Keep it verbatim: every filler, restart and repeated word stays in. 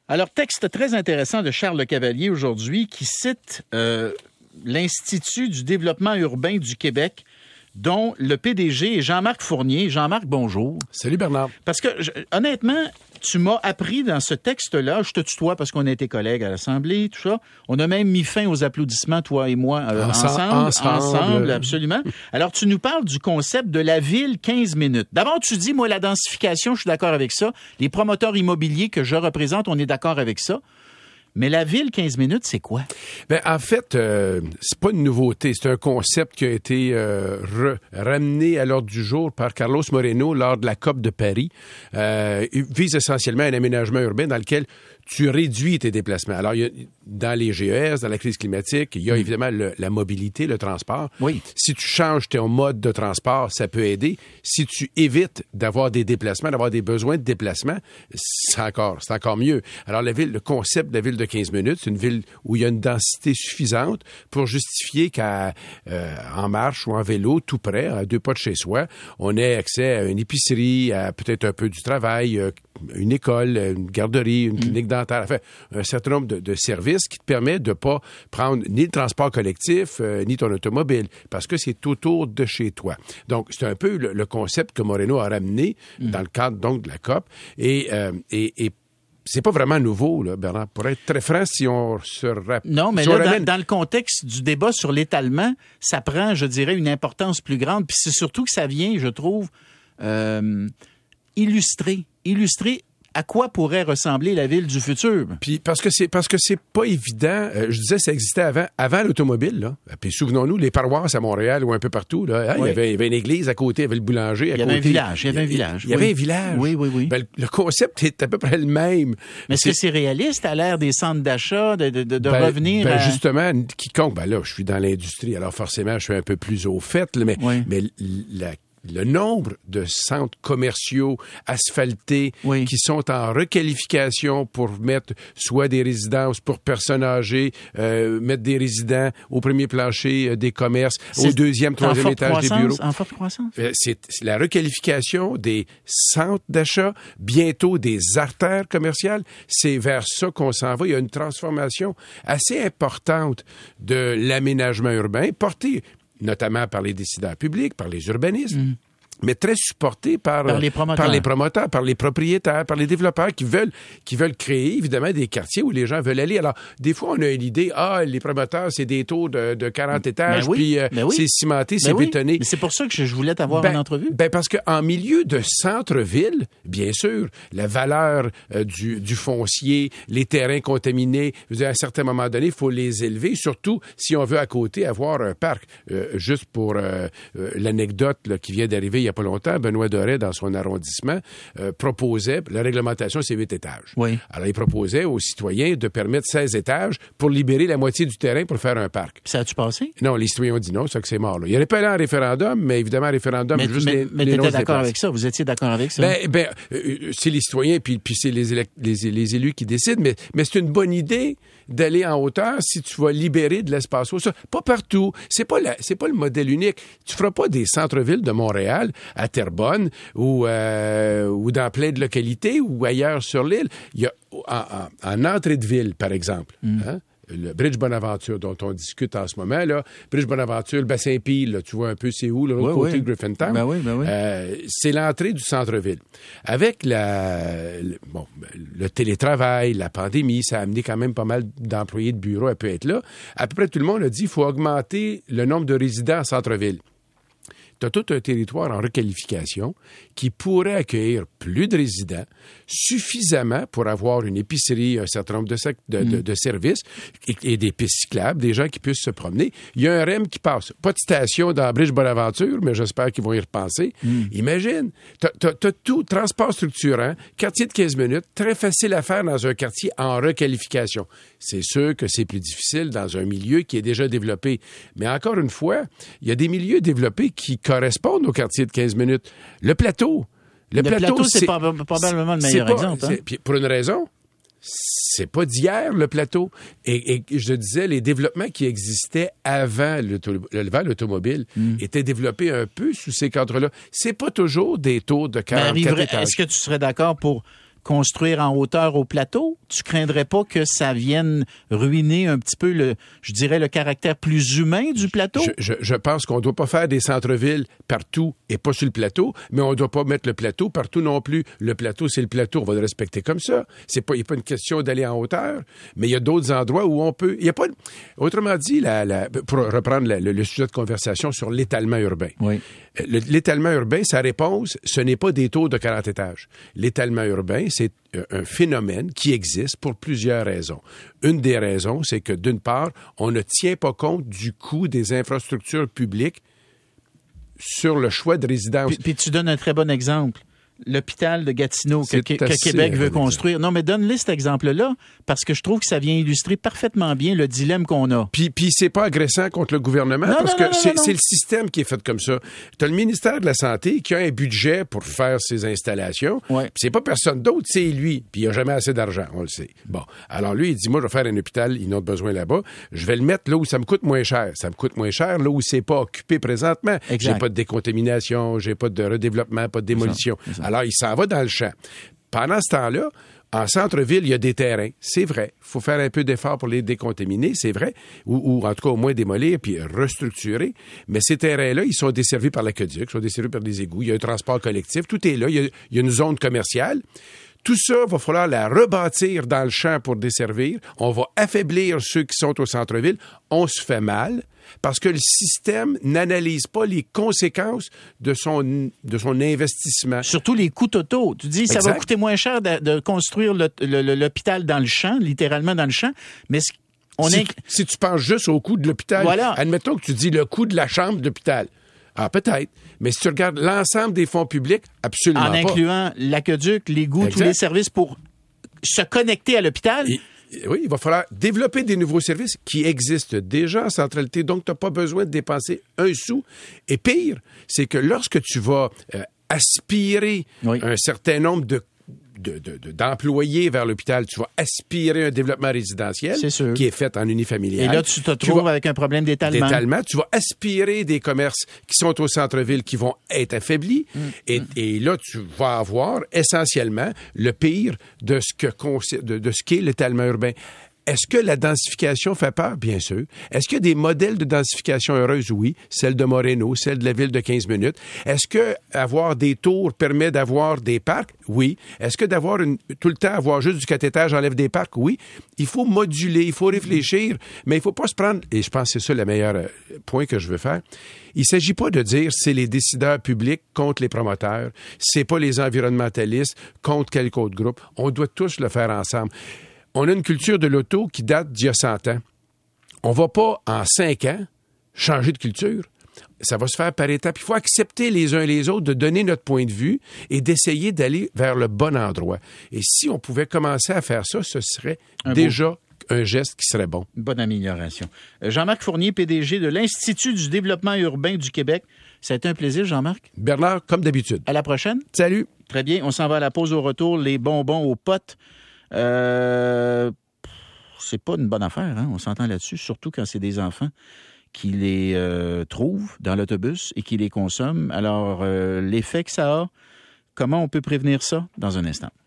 Alors, texte très intéressant de Charles Lecavalier aujourd'hui qui cite euh, l'Institut du développement urbain du Québec, dont le P D G est Jean-Marc Fournier. Jean-Marc, bonjour. Salut Bernard. Parce que, je, honnêtement, tu m'as appris dans ce texte-là, je te tutoie parce qu'on a été collègues à l'Assemblée, tout ça. On a même mis fin aux applaudissements, toi et moi, euh, ensemble, ensemble. Ensemble, absolument. Alors, tu nous parles du concept de la ville quinze minutes. D'abord, tu dis, moi, la densification, je suis d'accord avec ça. Les promoteurs immobiliers que je représente, on est d'accord avec ça. Mais la ville quinze minutes, c'est quoi? Ben en fait, euh, c'est pas une nouveauté. C'est un concept qui a été euh, re- ramené à l'ordre du jour par Carlos Moreno lors de la COP de Paris. Euh, il vise essentiellement un aménagement urbain dans lequel tu réduis tes déplacements. Alors, il y a, dans les G E S, dans la crise climatique, il y a évidemment le, la mobilité, le transport. Oui. Si tu changes ton mode de transport, ça peut aider. Si tu évites d'avoir des déplacements, d'avoir des besoins de déplacement, c'est encore, c'est encore mieux. Alors, la ville, le concept de la ville de quinze minutes, c'est une ville où il y a une densité suffisante pour justifier qu'en euh, marche ou en vélo, tout près, à deux pas de chez soi, on ait accès à une épicerie, à peut-être un peu du travail, euh, une école, une garderie, une clinique dentaire, enfin, un certain nombre de, de services qui te permettent de ne pas prendre ni le transport collectif, euh, ni ton automobile, parce que c'est autour de chez toi. Donc, c'est un peu le, le concept que Moreno a ramené mm. dans le cadre donc de la COP. Et, euh, et, et c'est pas vraiment nouveau, là, Bernard. Pour être très franc, si on se rappelle... Non, mais si là, ramène... dans, dans le contexte du débat sur l'étalement, ça prend, je dirais, une importance plus grande. Puis c'est surtout que ça vient, je trouve, euh, illustrer, illustrer à quoi pourrait ressembler la ville du futur. Puis parce que c'est parce que c'est pas évident. Euh, je disais, ça existait avant, avant l'automobile, là. Puis souvenons-nous, les paroisses à Montréal ou un peu partout, là, hein, oui. il, y avait, il y avait une église à côté, il y avait le boulanger à côté. Il y avait un village, il y avait un village. Il y, il y oui. avait un village. Oui, oui, oui. Ben, le, le concept est à peu près le même. Mais est-ce c'est... que c'est réaliste à l'ère des centres d'achat de, de, de, de ben, revenir ben, à... justement, quiconque, ben là, je suis dans l'industrie, alors forcément, je suis un peu plus au fait, là, mais, oui. mais la Le nombre de centres commerciaux asphaltés oui. qui sont en requalification pour mettre soit des résidences pour personnes âgées, euh, mettre des résidents au premier plancher euh, des commerces, c'est au deuxième, troisième étage des bureaux. En forte croissance. Euh, c'est, c'est la requalification des centres d'achat, bientôt des artères commerciales. C'est vers ça qu'on s'en va. Il y a une transformation assez importante de l'aménagement urbain, portée notamment par les décideurs publics, par les urbanistes, mmh. mais très supporté par, par, les par les promoteurs, par les propriétaires, par les développeurs qui veulent, qui veulent créer, évidemment, des quartiers où les gens veulent aller. Alors, des fois, on a une idée, ah, les promoteurs, c'est des tours de, de quarante étages, ben oui, puis euh, ben oui. c'est cimenté, ben c'est oui. bétonné. Mais c'est pour ça que je voulais t'avoir ben, en entrevue. Ben, parce qu'en milieu de centre-ville, bien sûr, la valeur euh, du, du foncier, les terrains contaminés, je veux dire, à un certain moment donné, il faut les élever, surtout si on veut à côté avoir un parc. Euh, juste pour euh, euh, l'anecdote là, qui vient d'arriver il n'y a pas longtemps, Benoît Doré, dans son arrondissement, euh, proposait, la réglementation, c'est huit étages. Oui. Alors, il proposait aux citoyens de permettre seize étages pour libérer la moitié du terrain pour faire un parc. Ça a-tu passé? Non, les citoyens ont dit non, ça que c'est mort. Là. Il n'aurait pas allé en référendum, mais évidemment, en référendum, mais, juste mais, les, mais les t'étais d'accord avec ça? Vous étiez d'accord avec ça? Ben, ben euh, c'est les citoyens, puis, puis c'est les, élec- les, les élus qui décident, mais, mais c'est une bonne idée d'aller en hauteur si tu vas libérer de l'espace. Ça, pas partout. C'est pas, la, c'est pas le modèle unique. Tu feras pas des centres-villes de Montréal, à Terrebonne, ou, euh, ou dans plein de localités, ou ailleurs sur l'île. Il y a, en, en, en entrée de ville, par exemple, mm. hein, le Bridge Bonaventure dont on discute en ce moment, là, Bridge Bonaventure, le bassin Peel, là, tu vois un peu c'est où, l'autre oui, côté oui. de Griffintown. Ben oui, ben oui. Euh, c'est l'entrée du centre-ville. Avec la, le, bon, le télétravail, la pandémie, ça a amené quand même pas mal d'employés de bureau à peut être là. À peu près tout le monde a dit qu'il faut augmenter le nombre de résidents en centre-ville. Tu as tout un territoire en requalification qui pourrait accueillir plus de résidents, suffisamment pour avoir une épicerie, un certain nombre de, sec- de, mm. de, de services et, et des pistes cyclables, des gens qui puissent se promener. Il y a un R E M qui passe. Pas de station dans Bridge Bonaventure, mais j'espère qu'ils vont y repenser. Mm. Imagine, tu as tout, transport structurant, quartier de quinze minutes, très facile à faire dans un quartier en requalification. C'est sûr que c'est plus difficile dans un milieu qui est déjà développé. Mais encore une fois, il y a des milieux développés qui correspondent au quartier de quinze minutes. Le plateau. Le, le plateau, plateau, c'est, c'est pas, probablement le meilleur pas, exemple. Hein? Puis pour une raison, c'est pas d'hier, le plateau. Et, et je disais, les développements qui existaient avant l'automobile mm. étaient développés un peu sous ces cadres-là. C'est pas toujours des tours de quarante-quatre étages. Est-ce que tu serais d'accord pour construire en hauteur au plateau? Tu craindrais pas que ça vienne ruiner un petit peu, le, je dirais, le caractère plus humain du plateau? Je, je, je pense qu'on ne doit pas faire des centres-villes partout et pas sur le plateau, mais on ne doit pas mettre le plateau partout non plus. Le plateau, c'est le plateau, on va le respecter comme ça. C'est pas, il n'y a pas une question d'aller en hauteur, mais il y a d'autres endroits où on peut... Il y a pas... Autrement dit, la, la, pour reprendre la, le, le sujet de conversation sur l'étalement urbain. Oui. Le, l'étalement urbain, sa réponse, ce n'est pas des tours de quarante étages. L'étalement urbain, c'est un phénomène qui existe pour plusieurs raisons. Une des raisons, c'est que, d'une part, on ne tient pas compte du coût des infrastructures publiques sur le choix de résidence. Puis, puis tu donnes un très bon exemple. L'hôpital de Gatineau que, que, que Québec veut construire. Non, mais donne-le cet exemple-là, parce que je trouve que ça vient illustrer parfaitement bien le dilemme qu'on a. Puis, puis c'est pas agressant contre le gouvernement, non, parce non, que non, c'est, non, c'est le système qui est fait comme ça. Tu as le ministère de la Santé qui a un budget pour faire ses installations, ouais. Puis c'est pas personne d'autre, c'est lui. Puis il a jamais assez d'argent, on le sait. Bon, alors lui, il dit, moi, je vais faire un hôpital, ils n'ont pas besoin là-bas. Je vais le mettre là où ça me coûte moins cher. Ça me coûte moins cher là où c'est pas occupé présentement. Exact. J'ai pas de décontamination, j'ai pas de redéveloppement, pas de démolition. C'est ça, c'est ça. Alors, il s'en va dans le champ. Pendant ce temps-là, en centre-ville, il y a des terrains. C'est vrai. Il faut faire un peu d'effort pour les décontaminer, c'est vrai. Ou, ou en tout cas, au moins démolir puis restructurer. Mais ces terrains-là, ils sont desservis par l'aqueduc, ils sont desservis par des égouts. Il y a un transport collectif. Tout est là. Il y a, il y a une zone commerciale. Tout ça, il va falloir la rebâtir dans le champ pour desservir. On va affaiblir ceux qui sont au centre-ville. On se fait mal parce que le système n'analyse pas les conséquences de son, de son investissement. Surtout les coûts totaux. Tu dis, ça exact. Va coûter moins cher de, de construire le, le, l'hôpital dans le champ, littéralement dans le champ, mais on si, est... si tu penses juste au coût de l'hôpital, voilà. Admettons que tu dis le coût de la chambre d'hôpital. Ah, peut-être. Mais si tu regardes l'ensemble des fonds publics, absolument en pas. En incluant l'aqueduc, l'égout, tous les services pour se connecter à l'hôpital. Et, oui, il va falloir développer des nouveaux services qui existent déjà en centralité. Donc, tu n'as pas besoin de dépenser un sou. Et pire, c'est que lorsque tu vas euh, aspirer oui. un certain nombre de De, de, de, d'employés vers l'hôpital, tu vas aspirer un développement résidentiel qui est fait en unifamilial. Et là, tu te trouves tu vas, avec un problème d'étalement. D'étalement. Tu vas aspirer des commerces qui sont au centre-ville qui vont être affaiblis. Mmh. Et, mmh. et là, tu vas avoir essentiellement le pire de ce, que, de, de ce qu'est l'étalement urbain. Est-ce que la densification fait peur? Bien sûr. Est-ce qu'il y a des modèles de densification heureuse? Oui. Celle de Moreno, celle de la ville de quinze minutes. Est-ce que avoir des tours permet d'avoir des parcs? Oui. Est-ce que d'avoir une, tout le temps avoir juste du quatre étages enlève des parcs? Oui. Il faut moduler, il faut réfléchir, mais il faut pas se prendre, et je pense que c'est ça le meilleur point que je veux faire. Il s'agit pas de dire c'est les décideurs publics contre les promoteurs, c'est pas les environnementalistes contre quelque autre groupe. On doit tous le faire ensemble. On a une culture de l'auto qui date d'il y a cent ans. On va pas, en cinq ans, changer de culture. Ça va se faire par étapes. Il faut accepter les uns les autres de donner notre point de vue et d'essayer d'aller vers le bon endroit. Et si on pouvait commencer à faire ça, ce serait un déjà beau... un geste qui serait bon. Bonne amélioration. Jean-Marc Fournier, P D G de l'Institut du développement urbain du Québec. Ça a été un plaisir, Jean-Marc. Bernard, comme d'habitude. À la prochaine. Salut. Très bien. On s'en va à la pause au retour. Les bonbons aux potes. Euh, c'est pas une bonne affaire, hein? On s'entend là-dessus, surtout quand c'est des enfants qui les euh, trouvent dans l'autobus et qui les consomment. Alors, euh, l'effet que ça a, comment on peut prévenir ça? Dans un instant.